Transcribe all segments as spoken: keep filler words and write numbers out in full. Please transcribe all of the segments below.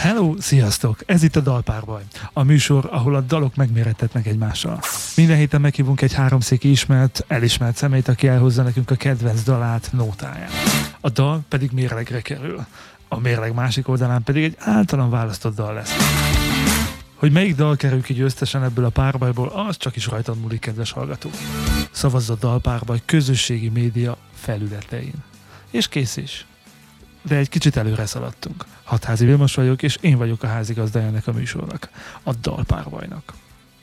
Hello, sziasztok! Ez itt a Dalpárbaj, a műsor, ahol a dalok megmérettetnek egymással. Minden héten meghívunk egy háromszéki ismert, elismert személyt, aki elhozza nekünk a kedvenc dalát, nótáját. A dal pedig mérlegre kerül. A mérleg másik oldalán pedig egy általam választott dal lesz. Hogy melyik dal kerül ki győztesen ebből a párbajból, az csak is rajtad múlik, kedves hallgató. Szavazz a Dalpárbaj közösségi média felületein. És kész is. De egy kicsit előre szaladtunk. Hatházi Vilmos vagyok, és én vagyok a házigazdája ennek a műsornak, a Dalpárbajnak.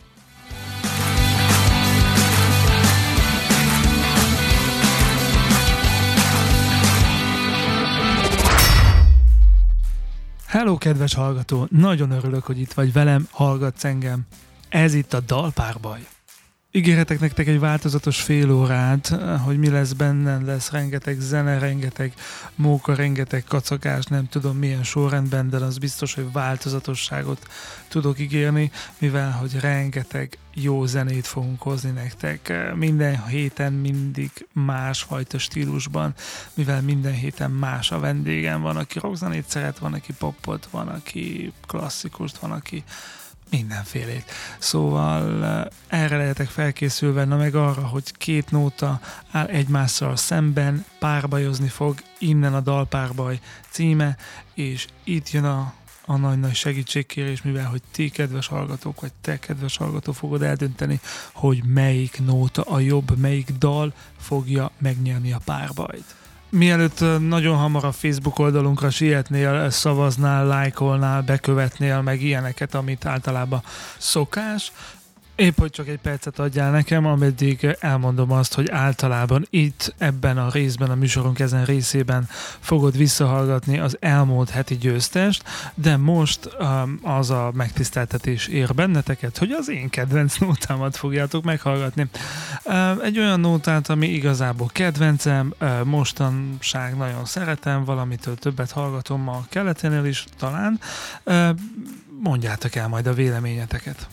Hello, kedves hallgató! Nagyon örülök, hogy itt vagy velem, hallgatsz engem. Ez itt a Dalpárbaj. Ígéretek nektek egy változatos fél órát, hogy mi lesz benne, lesz rengeteg zene, rengeteg móka, rengeteg kacagás, nem tudom milyen sorrendben, de az biztos, hogy változatosságot tudok ígérni, mivel hogy rengeteg jó zenét fogunk hozni nektek. Minden héten mindig másfajta stílusban, mivel minden héten más a vendégem. Van, aki rockzenét szeret, van, aki popot, van, aki klasszikust, van, aki mindenfélét. Szóval erre lehetek felkészülve, na meg arra, hogy két nóta áll egymással szemben, párbajozni fog, innen a Dalpárbaj címe, és itt jön a, a nagy-nagy segítségkérés, mivel hogy ti, kedves hallgatók, vagy te, kedves hallgató, fogod eldönteni, hogy melyik nóta a jobb, melyik dal fogja megnyerni a párbajt. Mielőtt nagyon hamar a Facebook oldalunkra sietnél, szavaznál, lájkolnál, bekövetnél, meg ilyeneket, amit általában szokás, épp hogy csak egy percet adjál nekem, ameddig elmondom azt, hogy általában itt, ebben a részben, a műsorunk ezen részében fogod visszahallgatni az elmúlt heti győztest, de most um, az a megtiszteltetés ér benneteket, hogy az én kedvenc nótámat fogjátok meghallgatni. Um, egy olyan nótát, ami igazából kedvencem, uh, mostanság nagyon szeretem, valamitől többet hallgatom a keleténél is talán. Uh, mondjátok el majd a véleményeteket.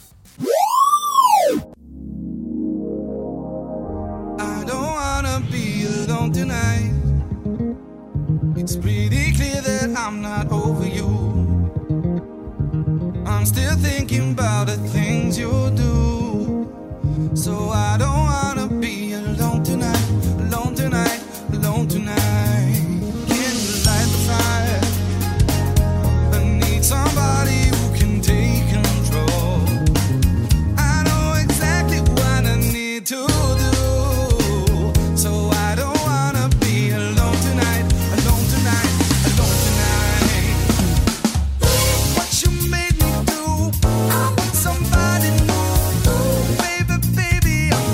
Be alone tonight. It's pretty clear that I'm not over you. I'm still thinking about the things you do. So I don't wanna be alone tonight, alone tonight, alone tonight. Can you light the fire? I need somebody who can take control. I know exactly what I need to do. So I don't wanna be alone tonight, alone tonight, alone tonight. What you made me do, I want somebody new. Baby, baby, I'm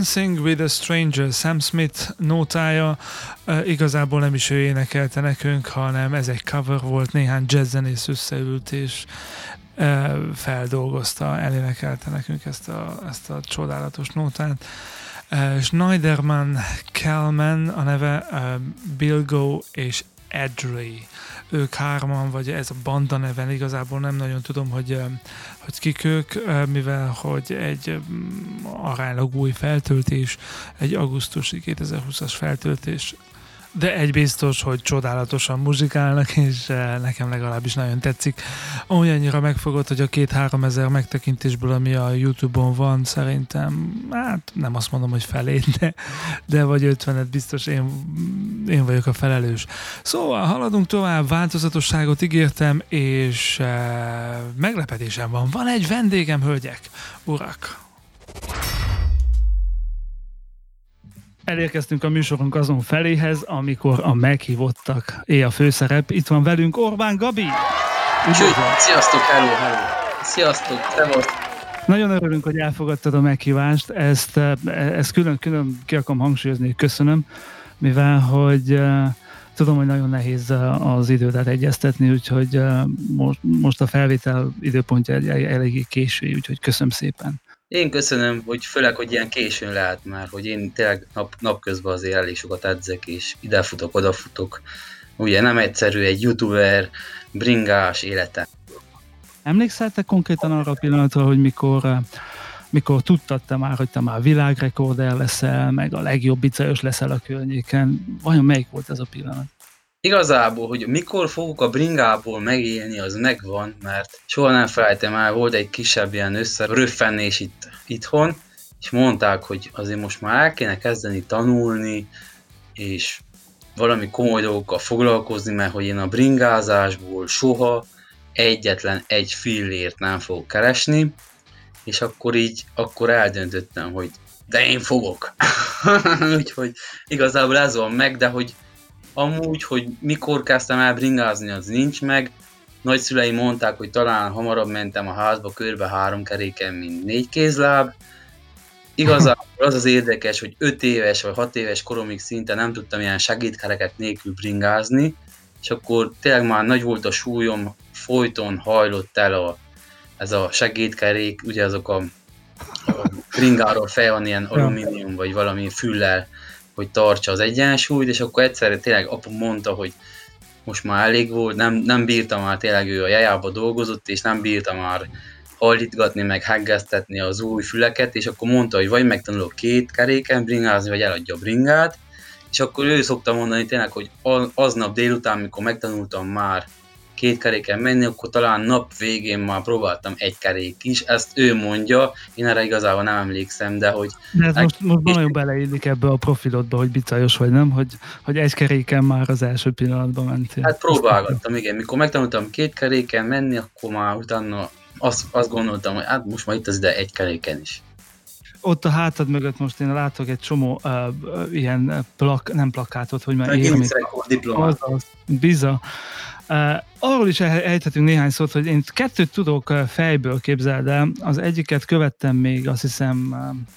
Dancing with a Stranger, Sam Smith nótája, uh, igazából nem is ő énekelte nekünk, hanem ez egy cover volt, néhány jazzzenész összeült és uh, feldolgozta, elénekelte nekünk ezt a, ezt a csodálatos nótát. Uh, Schneiderman Kellman a neve, uh, Bilgo és Edrey. Ők hárman, vagy ez a banda neven, igazából nem nagyon tudom, hogy, hogy kik ők, mivel hogy egy aránylag új feltöltés, egy augusztusi kétezer-húszas feltöltés, de egy biztos, hogy csodálatosan muzsikálnak, és nekem legalábbis nagyon tetszik. Olyannyira megfogott, hogy a két-három ezer megtekintésből, ami a YouTube-on van, szerintem, hát nem azt mondom, hogy felét, de, de vagy ötvenet biztos én, én vagyok a felelős. Szóval haladunk tovább, változatosságot ígértem, és eh, meglepetésem van. Van egy vendégem, hölgyek, urak! Elérkeztünk a műsorunk azon feléhez, amikor a meghívottak é a főszerep. Itt van velünk Orbán Gabi. Sziasztok, hello, hello. Sziasztok, szevasz. Nagyon örülünk, hogy elfogadtad a meghívást. Ezt, ezt külön, külön ki akarom hangsúlyozni, hogy köszönöm, mivel hogy tudom, hogy nagyon nehéz az időt egyeztetni, úgyhogy most, most a felvétel időpontja eléggé késői, úgyhogy köszönöm szépen. Én köszönöm, hogy főleg, hogy ilyen későn lehet már, hogy én tényleg nap, napközben azért elég sokat edzek, és idefutok, odafutok. Ugye nem egyszerű egy youtuber, bringás élete. Emlékszel te konkrétan arra a pillanatra, hogy mikor, mikor tudtad te már, hogy te már világrekorder leszel, meg a legjobb bicajos leszel a környéken? Vajon melyik volt ez a pillanat? Igazából, hogy mikor fogok a bringából megélni, az megvan, mert soha nem felejtem el, volt egy kisebb ilyen összeröffenés itt, itthon, és mondták, hogy azért most már el kéne kezdeni tanulni, és valami komoly dolgokkal foglalkozni, mert hogy én a bringázásból soha egyetlen egy fillért nem fogok keresni, és akkor így, akkor eldöntöttem, hogy de én fogok. Úgyhogy igazából ez van meg, de hogy amúgy, hogy mikor kezdtem el bringázni, az nincs meg. Nagyszüleim mondták, hogy talán hamarabb mentem a házba körbe három keréken, mint négy kézláb. Igazából az az érdekes, hogy öt éves vagy hat éves koromig szinte nem tudtam ilyen segédkereket nélkül bringázni, és akkor tényleg már nagy volt a súlyom, folyton hajlott el a, ez a segédkerék, ugye azok a, a bringáról fel van ilyen alumínium vagy valami füllel, hogy tartsa az egyensúlyt, és akkor egyszerre tényleg apu mondta, hogy most már elég volt, nem, nem bírtam már, tényleg ő a jajába dolgozott, és nem bírtam már hajlítgatni, meg heggeztetni az új füleket, és akkor mondta, hogy vagy megtanulok két keréken bringázni, vagy eladja a bringát, és akkor ő szokta mondani tényleg, hogy aznap délután, mikor megtanultam már két keréken menni, akkor talán nap végén már próbáltam egy kerék is, ezt ő mondja, én erre igazából nem emlékszem, de hogy... De ez most, most nagyon beleillik ebbe a profilodba, hogy bicajos vagy, nem? Hogy, hogy egy keréken már az első pillanatban mentél. Hát próbálgattam, igen. Mikor megtanultam két keréken menni, akkor már utána azt, azt gondoltam, hogy hát most már itt az ide egy keréken is. Ott a hátad mögött most én látok egy csomó uh, ilyen plak, nem plakátot, hogy már írom. A diplomát. Azaz, biza. Uh, arról is ejthetünk néhány szót, hogy én kettőt tudok uh, fejből, képzeld el. Az egyiket követtem még, azt hiszem,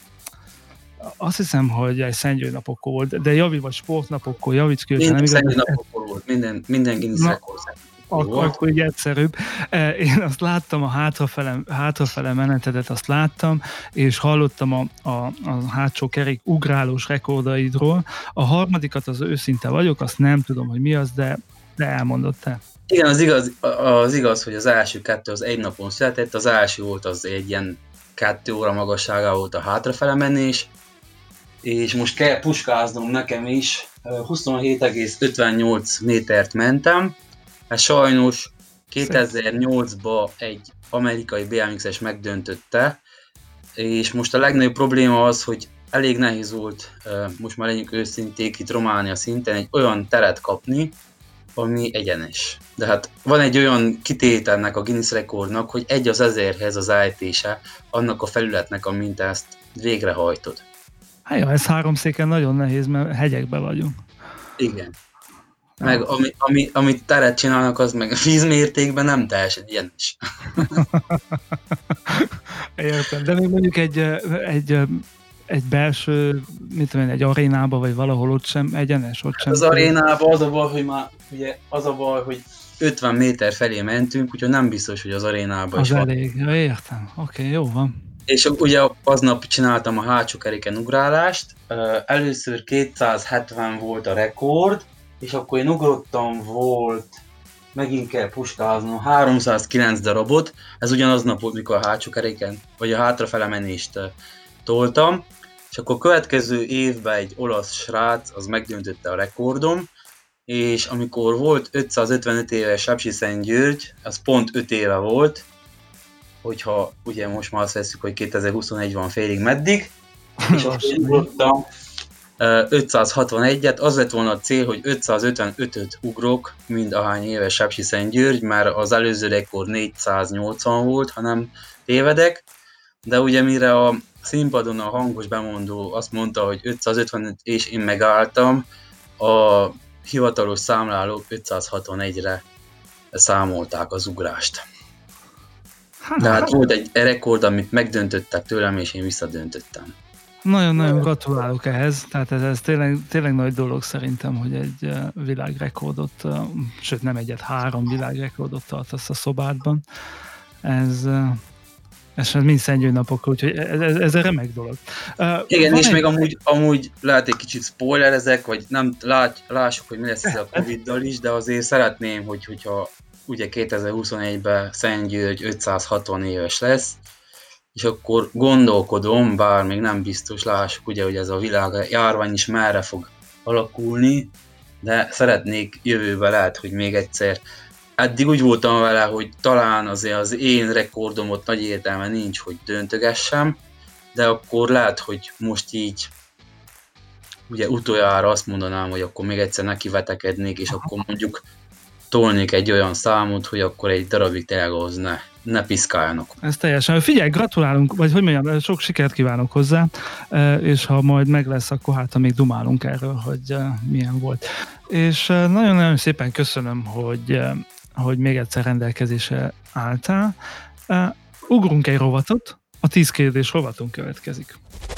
uh, azt hiszem, hogy egy Szentgyőri napokon volt, de javi vagy sportnapokon, javíts ki, minden nem Szentgyőri napokon volt, minden, minden Guinness rekord. Akkor, akkor így egyszerűbb. Én azt láttam, a hátrafele, hátrafele menetedet azt láttam, és hallottam a, a, a hátsó kerék ugrálós rekordaidról. A harmadikat az őszinte vagyok, azt nem tudom, hogy mi az, de, de elmondott te. Igen, az igaz, az igaz, hogy az első kettő az egy napon született, az első volt az egy ilyen kettő óra magasságá volt a hátrafele menés, és most kell puskáznom nekem is, huszonhét egész ötvennyolc métert mentem. Hát sajnos kétezer-nyolcban egy amerikai bé em iksz-es megdöntötte, és most a legnagyobb probléma az, hogy elég nehéz volt, most már legyünk őszinték, itt Románia szinten egy olyan teret kapni, ami egyenes. De hát van egy olyan kitételnek a Guinness rekordnak, hogy egy az ezerhez az állítése annak a felületnek, amint ezt végrehajtod. Hát jó, ez háromszéken nagyon nehéz, mert hegyekben vagyunk. Igen. Meg ami, ami, amit teret csinálnak, az meg vízmértékben nem teljesen ilyen is. Értem, de még mondjuk egy, egy egy belső, mit tudom én, egy arénába, vagy valahol ott sem egyenes, ott sem. Az arénába az a baj, hogy már ugye az a baj, hogy ötven méter felé mentünk, úgyhogy nem biztos, hogy az arénába az is van. elég, ja, értem. Oké, okay, jó van. És ugye aznap csináltam a hátsó keréken ugrálást, először kétszázhetven volt a rekord, és akkor én ugrottam volt, megint kell puskáznom, háromszázkilenc darabot, ez ugyanaznap volt, mikor a hátsó keréken, vagy a hátrafele menést toltam, és akkor a következő évben egy olasz srác, az megdöntötte a rekordom, és amikor volt ötszázötvenöt éves Sepsiszentgyörgy, az pont öt éve volt, hogyha ugye most már azt veszük, hogy kétezer-huszonegy van félig meddig, és akkor ugrottam ötszázhatvanegyet, az lett volna a cél, hogy ötszázötvenötöt ugrok, mind ahány éves Sepsiszentgyörgy, már az előző rekord négyszáznyolcvan volt, ha nem tévedek, de ugye mire a színpadon a hangos bemondó azt mondta, hogy ötszázötvenöt, és én megálltam, a hivatalos számlálók ötszázhatvanegyre számolták az ugrást. De hát volt egy rekord, amit megdöntöttek tőlem, és én visszadöntöttem. Nagyon-nagyon gratulálok ehhez, tehát ez, ez tényleg, tényleg nagy dolog szerintem, hogy egy világrekordot, sőt nem egyet, három világrekordot tartasz a szobádban. Ez, ez mind Szentgyörgy napokra, úgyhogy ez, ez, ez egy remek dolog. Igen, Van és egy... még amúgy, amúgy lehet egy kicsit spoilerezek, vagy nem lát, lássuk, hogy mi lesz ez a Coviddal is, de azért szeretném, hogy, hogyha ugye kétezer-huszonegyben Szentgyörgy ötszázhatvan éves lesz, és akkor gondolkodom, bár még nem biztos, lássuk ugye, hogy ez a világ járvány is merre fog alakulni, de szeretnék jövőben lehet, hogy még egyszer. Eddig úgy voltam vele, hogy talán azért az én rekordomot nagy értelme nincs, hogy döntögessem, de akkor lehet, hogy most így ugye utoljára azt mondanám, hogy akkor még egyszer nekivetekednék, és akkor mondjuk tolnék egy olyan számot, hogy akkor egy darabig tényleg ahhoz ne, ne piszkáljanak. Ez teljesen. Figyelj, gratulálunk, vagy hogy mondjam, sok sikert kívánok hozzá, és ha majd meg lesz, akkor hát még dumálunk erről, hogy milyen volt. És nagyon-nagyon szépen köszönöm, hogy, hogy még egyszer rendelkezésre álltál. Ugrunk egy rovatot, a tíz kérdés rovatunk következik.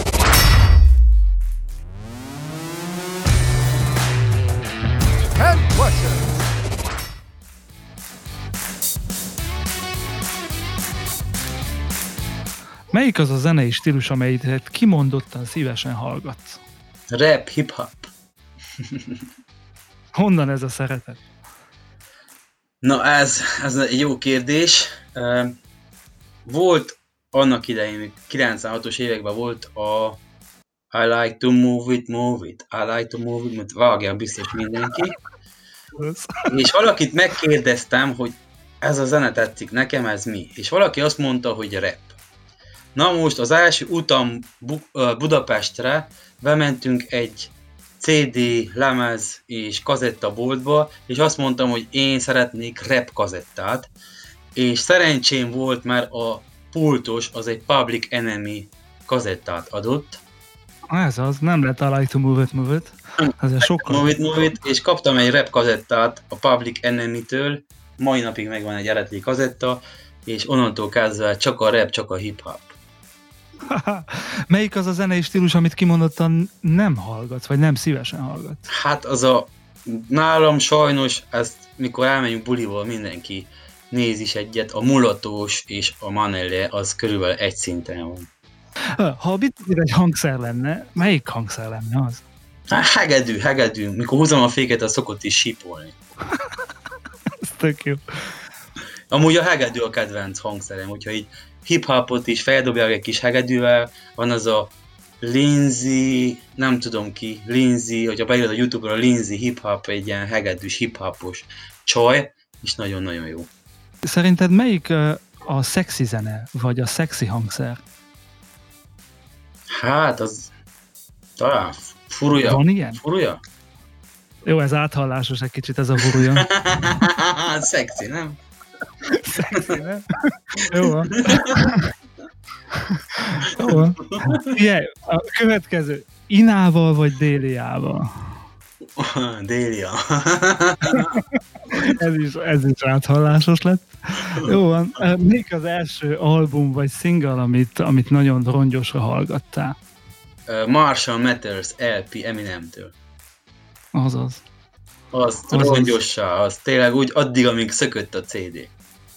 Ten questions. Melyik az a zenei stílus, amelyet kimondottan szívesen hallgatsz? Rap, hip-hop. Honnan ez a szeretet? Na ez, ez egy jó kérdés. Volt annak idején, kilencvenhatos években volt a I like to move it, move it. I like to move it, vágja biztos mindenki. És valakit megkérdeztem, hogy ez a zene tetszik nekem, ez mi? És valaki azt mondta, hogy rap. Na most az első utam Budapestre bementünk egy cé dé, lemez és kazetta boltba, és azt mondtam, hogy én szeretnék rap kazettát, és szerencsém volt, mert a pultos az egy Public Enemy kazettát adott. Ez az, nem lett I like to move it, move it. Ez sokkal. Move it, move it, és kaptam egy rap kazettát a Public Enemy-től, mai napig megvan egy eredeti kazetta, és onnantól kezdve csak a rap, csak a hip-hop. Melyik az a zenei stílus, amit kimondottan nem hallgatsz, vagy nem szívesen hallgatsz? Hát az a, nálam sajnos ezt, mikor elmegyünk bulival, mindenki néz is egyet, a mulatós és a manelle az körülbelül egy szinten van. Ha a Beatles egy hangszer lenne, melyik hangszer lenne az? Hát hegedű, hegedű. Mikor húzom a féket, az szokott is sípolni. Ez tök jó. Amúgy a hegedű a kedvenc hangszerem, hogyha így hip-hopot is feldobják egy kis hegedűvel, van az a Lindsay, nem tudom ki, Lindsay, hogyha beírod a YouTube-ra a Lindsay hip-hop, egy ilyen hegedűs hip-hopos csaj, és nagyon-nagyon jó. Szerinted melyik a szexi zene, vagy a szexi hangszer? Hát, az talán furúja. Van ilyen? Furúja? Jó, ez áthallásos egy kicsit, ez a furúja. Szexi, nem? Szexi, nem? Jó van. Jó van. Figyelj, a következő. Inával vagy Déliával? Délia. ez, is, ez is áthallásos lett. Jó van. Melyik az első album vagy single, amit, amit nagyon rongyosra hallgattál? uh, Marshall Mathers el pé Eminemtől. Azaz. Az rongyossá, az tényleg úgy addig, amíg szökött a cé dé.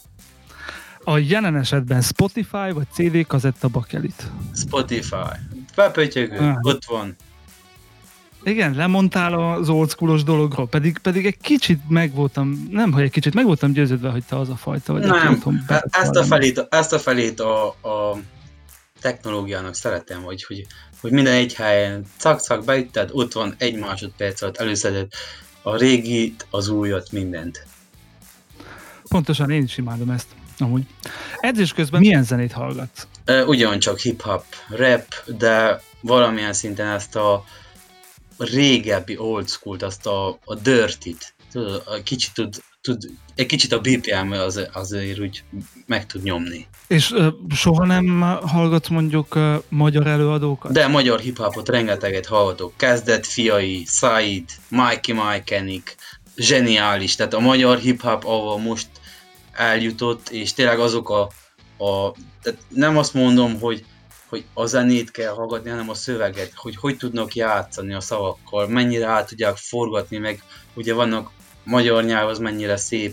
A jelen esetben Spotify vagy cé dé kazetta bakelit? Spotify. Felpötyögő, ah. ott van. Igen, lemondtál az old schoolos dologról, pedig, pedig egy kicsit meg voltam, nem, hogy egy kicsit meg voltam győződve, hogy te az a fajta vagy. Nem, tudom, ezt, a felét, ezt a felét a, a technológiának szeretem, hogy, hogy, hogy minden egy helyen cak-cak beütted, ott van egy másodperc alatt előszeded a régit, az újat, mindent. Pontosan, én is imádom ezt, amúgy. Edzés közben milyen zenét hallgatsz? Ugyancsak hip-hop, rap, de valamilyen szinten ezt a régebbi old school-t, azt a, a dirty-t, tudod, a kicsit tud, tud, egy kicsit a bé pé em az, azért úgy meg tud nyomni. És uh, soha nem hallgatsz mondjuk uh, magyar előadókat? De magyar hip-hopot rengeteget hallgatok. Kezdet fiai, Said, Mikey Mikenik, zseniális, tehát a magyar hip-hop, ahol most eljutott, és tényleg azok a, a tehát nem azt mondom, hogy hogy a zenét kell hallgatni, hanem a szöveget, hogy hogy tudnak játszani a szavakkal, mennyire át tudják forgatni, meg ugye vannak magyar nyelv, az mennyire szép,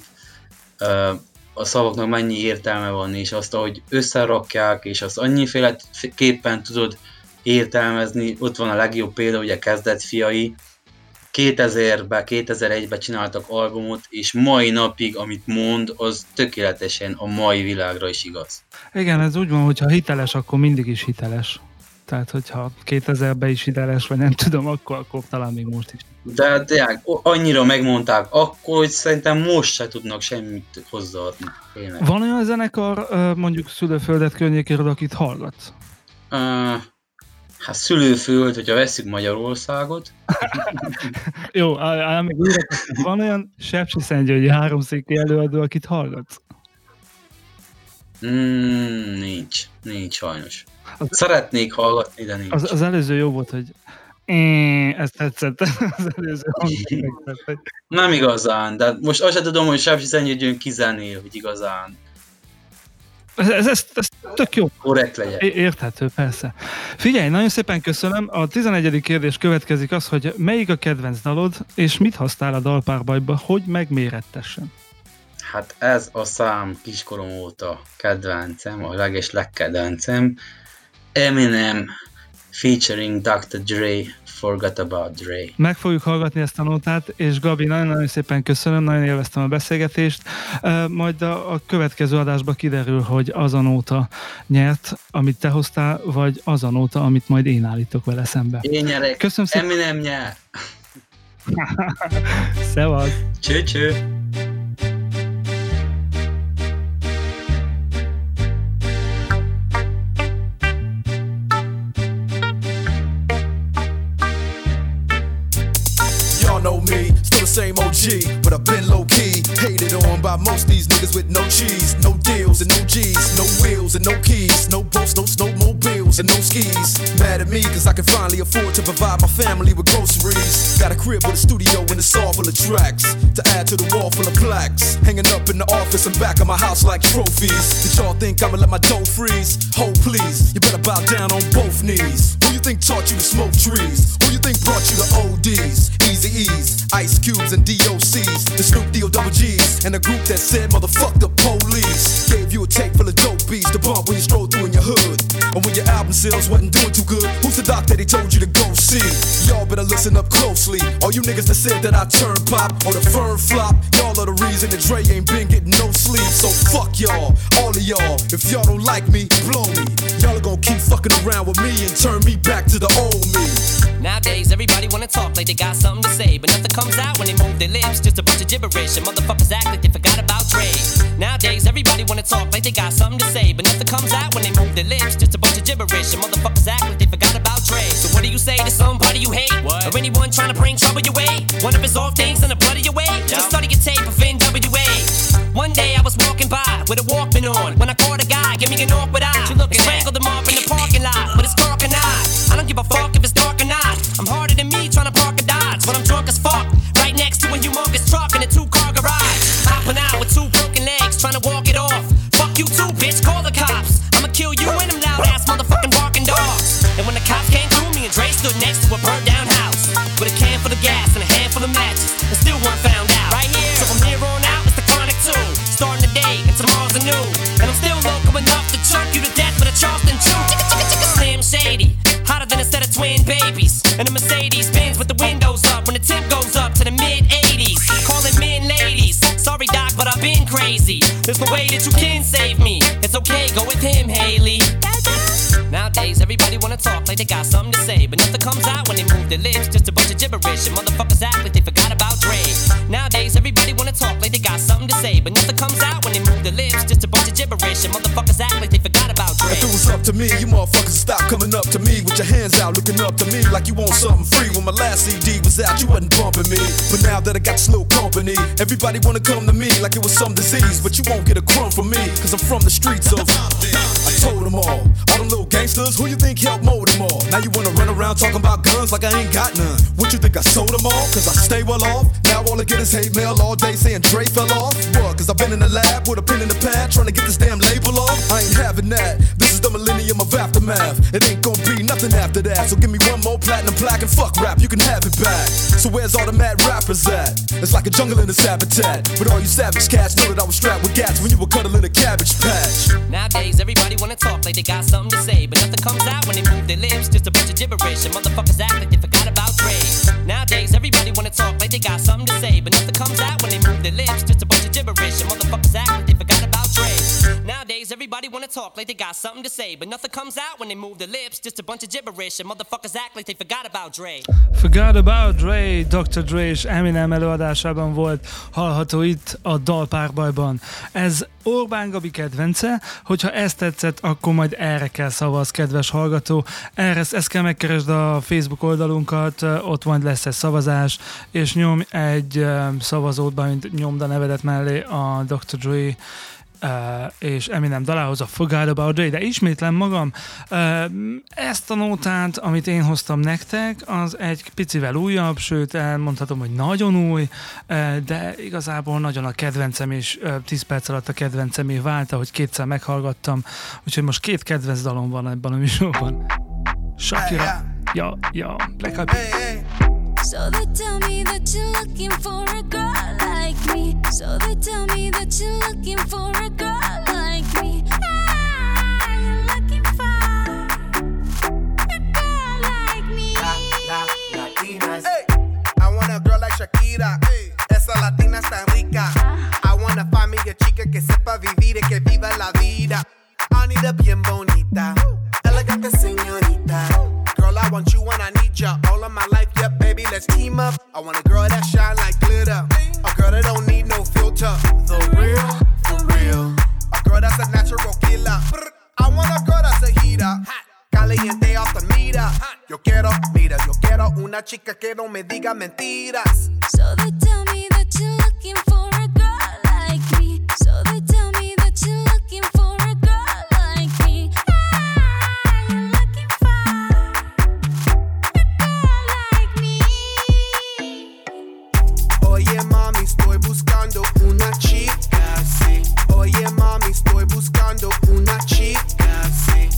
a szavaknak mennyi értelme van, és azt, ahogy összerakják, és azt annyiféleképpen tudod értelmezni, ott van a legjobb példa, ugye Kezdet fiai, kétezerben, kétezer-egyben csináltak albumot, és mai napig, amit mond, az tökéletesen a mai világra is igaz. Igen, ez úgy van, hogyha hiteles, akkor mindig is hiteles. Tehát, hogyha kétezerben is hiteles, vagy nem tudom, akkor, akkor talán még most is. De tényleg, annyira megmondták akkor, hogy szerintem most se tudnak semmit hozzáadni. Tényleg. Van olyan zenekar, mondjuk szülőföldet környékéről, akit hallgatsz? Uh, Hát szülőföld, hogyha vesszük Magyarországot. Jó, ám még újra, van olyan Sepsiszentgyörgyi háromszéki előadó, akit hallgatsz? Mm, nincs, nincs sajnos. Az, Szeretnék hallgatni, de nincs. Az, az előző jó volt, hogy é, ezt tetszett. Az előző hangzik. Nem igazán, de most azt sem tudom, hogy Sepsiszentgyörgyön kizenél, hogy igazán. Ez, ez, ez, ez tök jó. Korrekt legyen. Érthető, persze. Figyelj, nagyon szépen köszönöm. A tizenegyedik kérdés következik az, hogy melyik a kedvenc dalod, és mit hoztál a dalpárbajba, hogy megmérettessen? Hát ez a szám kiskorom óta kedvencem, a leges legkedvencem. Eminem featuring doktor Dre, Forgot About Dre. Meg fogjuk hallgatni ezt a nótát, és Gabi, nagyon-nagyon szépen köszönöm, nagyon élveztem a beszélgetést. Majd a, a következő adásban kiderül, hogy az a nóta nyert, amit te hoztál, vagy az a nóta, amit majd én állítok vele szembe. Én nyerek. Köszönöm szépen. Eminem nyer. Szevasz. Cső-cső. Know me, still the same O G, but I've been low-key, hated on by most these niggas with no cheese, no deals and no G's, no wheels and no keys, no boats, no snowmobiles and no skis. Mad at me cause I can finally afford to provide my family with groceries. Got a crib with a studio and a saw full of tracks to add to the wall full of plaques, hanging up in the office and back of my house like trophies. Did y'all think I'ma let my dough freeze? Hold please, you better bow down on both knees. Who you think taught you to smoke trees? Who you think brought you to O Ds, Eazy-E's, Ice Cubes and D O C's, the Snoop D O double G's, and the group that said motherfuck the police. Gave you a tape full of dope beats to bump when you stroll through in your hood, or when your album sales wasn't doing too good. Who's the doc that he told you to go see? Y'all better listen up closely. All you niggas that said that I turn pop or the firm flop, y'all are the reason that Dre ain't been getting no sleep. So fuck y'all, all of y'all. If y'all don't like me, blow me. Y'all are gonna keep fucking around with me and turn me back to the old me. Nowadays everybody wanna talk like they got something to say, but nothing comes out when they move their lips. Just a bunch of gibberish and motherfuckers act like they forgot about Dre. Nowadays everybody wanna talk like they got something to say, but nothing comes out when they move their lips. Just a bunch of gibberish and motherfuckers act like they forgot about Dre. So what do you say to somebody you hate? What? Or anyone trying to bring trouble your way? One of his off things in the blood of your way? Just study your tape of N W A. One day I was walking by with a Walkman on, when I caught a guy, give me an awkward eye. You look strangled him off in the parking lot with his cork and eye. I don't give a fuck if it's dark or not. I'm harder than me trying to park a Dodge when I'm drunk as fuck, right next to a humongous truck in a two-car garage. Hopping out with two broken legs, trying to walk it off. Fuck you too, bitch, call the cops. I'ma kill you and them loud-ass motherfucking barking dogs. And when the cops came through, me and There's no way that you can save me. It's okay, go with him, Haley. Nowadays, everybody wanna talk like they got something to say, but nothing comes out when they move their lips. Just a bunch of gibberish, and motherfuckers act like they forgot about Dre. Nowadays, everybody wanna talk like they got something to say, but nothing comes out when they move their lips. Just a bunch of gibberish, and motherfuckers act like they forgot about Dre. If it was up to me, you motherfuckers stop coming up to me with your hands out, looking up to me like you want something free. When my last C D was out, you wasn't bumping me, but now that I got this little company, everybody wanna come to me like it was some disease, but you won't get a crumb from me, cause I'm from the streets of I told them all, all them little gangsters, who you think helped mold them all? Now you wanna run around talking about guns like I ain't got none. What you think I sold them all? Cause I stay well off. Now all I get is hate mail all day saying Dre fell off. What? Cause I've been in the lab with a pen in the pad trying to get this damn label off. I ain't having that. This is the millennium of aftermath. It ain't gonna be nothing after that. So give me one more platinum plaque and fuck rap, you can have it back. So where's all the mad rappers at? It's like a jungle in this habitat. But all you savage cats know that I was strapped with gats when you were cuddling a cabbage patch. Nowadays, everybody wanna talk like they got something to say, but nothing comes out when they move their lips. Just a bunch of gibberish, and motherfuckers act like they forgot about Dre. Nowadays, everybody wanna talk like they got something to say, but nothing comes out when they move their lips. Just a bunch of gibberish, and motherfuckers act like they forgot about Dre. Nowadays, everybody wanna talk like they got something to say, but nothing comes out when they move their lips. Just a bunch of gibberish, and motherfuckers act like they forgot about Dre. Forgot about Dre, doktor Dre és Eminem előadásában volt hallható itt a Dalpárbajban. Ez Orbán Gabi kedvence, hogyha ezt tetszett, akkor majd erre kell szavaz, kedves hallgató. Erre ezt kell megkeresd a Facebook oldalunkat, ott majd lesz egy szavazás, és nyomj egy szavazót, mint nyomd a nevedet mellé a doktor Dre Uh, és Eminem dalához, a Forgot About Dre, de ismétlem magam, uh, ezt a nótát, amit én hoztam nektek, az egy picivel újabb, sőt elmondhatom, hogy nagyon új, uh, de igazából nagyon a kedvencem, és uh, tíz perc alatt a kedvencemé vált, ahogy kétszer meghallgattam, úgyhogy most két kedvenc dalom van ebben a műsorban. Shakira, ja, ja, Black Eyed Peas. So they tell me that you're looking for a girl like me. So they tell me that you're looking for a girl like me. Ah, you're looking for a girl like me. La, la, Latinas. Hey, I want a girl like Shakira. Hey, esa latina está rica. I wanna find me a chica que sepa vivir y que viva la vida. I need a bien bonita, elegante señorita. Girl, I want you and I need ya all of my life, yeah, baby, let's team up. I want a girl that shine like glitter, a girl that don't need no filter. The real, for real. A girl that's a natural killer. I want a girl that's a heater, caliente off the meter. Yo quiero, mira, yo quiero una chica que no me diga mentiras. So they tell me that you're looking for a girl like me. So they tell me that you're looking for a girl like me. Ah, you're looking for Oye mami, estoy buscando una chica, sí. Oye mami, estoy buscando una chica, sí.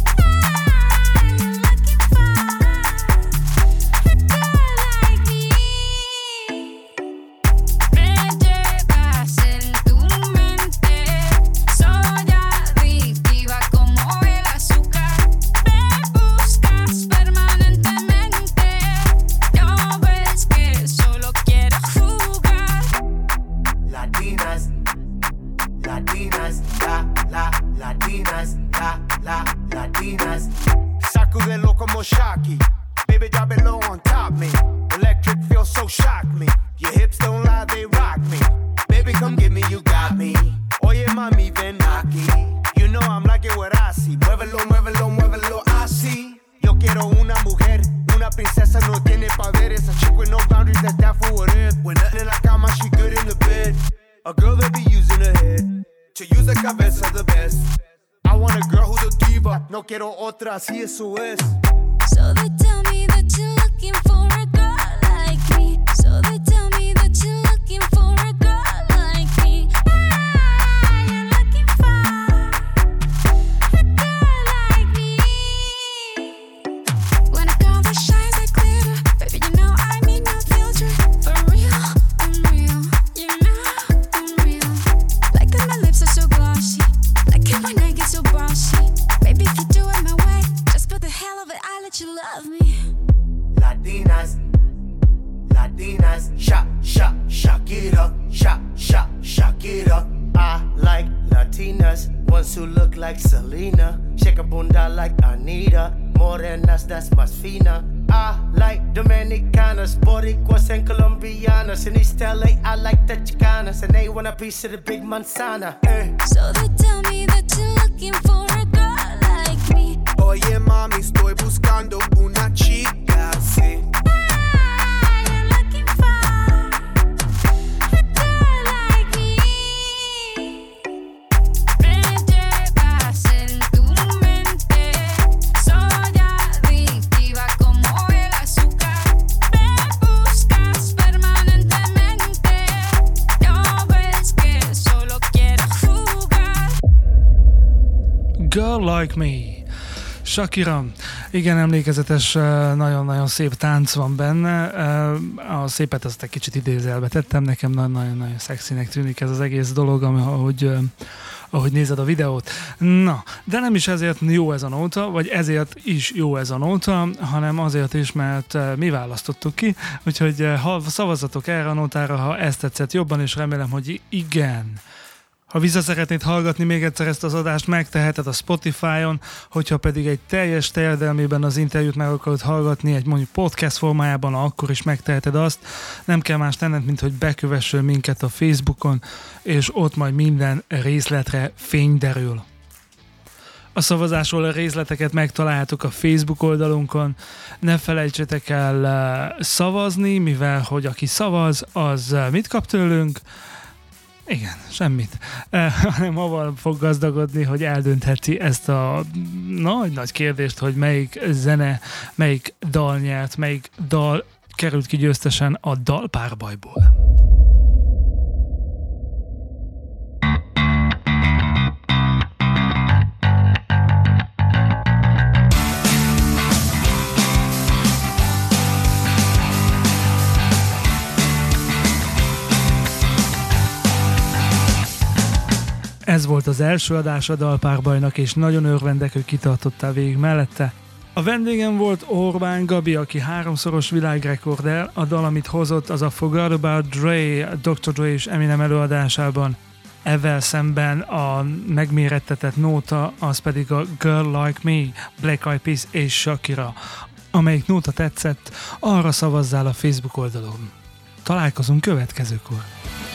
Sacudelo como Shocky. Baby, drop it low on top me. Electric feels so shock me. Your hips don't lie, they rock me. Baby, come get me, you got me. Oye, mami, ven aquí. You know I'm liking what I see. Muévelo, muévelo, muévelo, así. Yo quiero una mujer, una princesa, no tiene poderes. A chick with no boundaries, that's down for what it. When nothing in la cama, she good in the bed. A girl that be using her head to use the cabeza the best. I want a girl who's a diva. No quiero otra, así eso es. So they tell me that you're looking for a girl like me. So they tell me that you're looking for a girl like me. Ah, you're looking for a girl like me. When a girl that shines like glitter, baby, you know I need no filter. For real, I'm real. You know I'm real. Like that my lips are so glossy. Like it when I get so bossy. Baby, if you do it my way, just for the hell of it, I let you love me. Latinas, Latinas, Sha, Sha, Shakira, Sha, Sha, Shakira. I like Latinas. Latinas, ones who look like Selena, shake a bunda like Anita, morenas that's más fina. I like Dominicanas, Boricuas and Colombianas. In East L A, I like the Chicanas, and they want a piece of the big manzana. Eh. So they tell me that you're looking for a girl like me. Oye mami, estoy buscando una chica así. Ah, you're looking for a girl like me. Me llevas en tu mente, soy adictiva como el azúcar. Me buscas permanentemente, no ves que solo quiero jugar. Girl Like Me. Shakira. Igen, emlékezetes, nagyon-nagyon szép tánc van benne. A szépet azt egy kicsit idézelbe tettem, nekem nagyon-nagyon szexinek tűnik ez az egész dolog, ahogy, ahogy nézed a videót. Na, de nem is ezért jó ez a nóta, vagy ezért is jó ez a nóta, hanem azért is, mert mi választottuk ki, úgyhogy ha szavazzatok erre a nótára, ha ezt tetszett jobban, és remélem, hogy igen. Ha vissza szeretnéd hallgatni még egyszer ezt az adást, megteheted a Spotify-on, hogyha pedig egy teljes terjedelmében az interjút meg akarod hallgatni, egy mondjuk podcast formájában, akkor is megteheted azt. Nem kell más tenned, mint hogy bekövessél minket a Facebookon, és ott majd minden részletre fény derül. A szavazásról a részleteket megtaláljátok a Facebook oldalunkon. Ne felejtsetek el szavazni, mivel hogy aki szavaz, az mit kap tőlünk? Igen, semmit. Eh, hanem avval fog gazdagodni, hogy eldöntheti ezt a nagy-nagy kérdést, hogy melyik zene, melyik dal nyert, melyik dal került ki győztesen a dalpárbajból. Ez volt az első adás a Dalpárbajnak, és nagyon örvendek, hogy kitartottál végig mellette. A vendégem volt Orbán Gabi, aki háromszoros világrekorder. A dal, amit hozott, az a Forgot About Dre, doktor Dre és Eminem előadásában. Ezzel szemben a megmérettetett nóta, az pedig a Girl Like Me, Black Eyed Peas és Shakira. Amelyik nóta tetszett, arra szavazzál a Facebook oldalon. Találkozunk következőkor.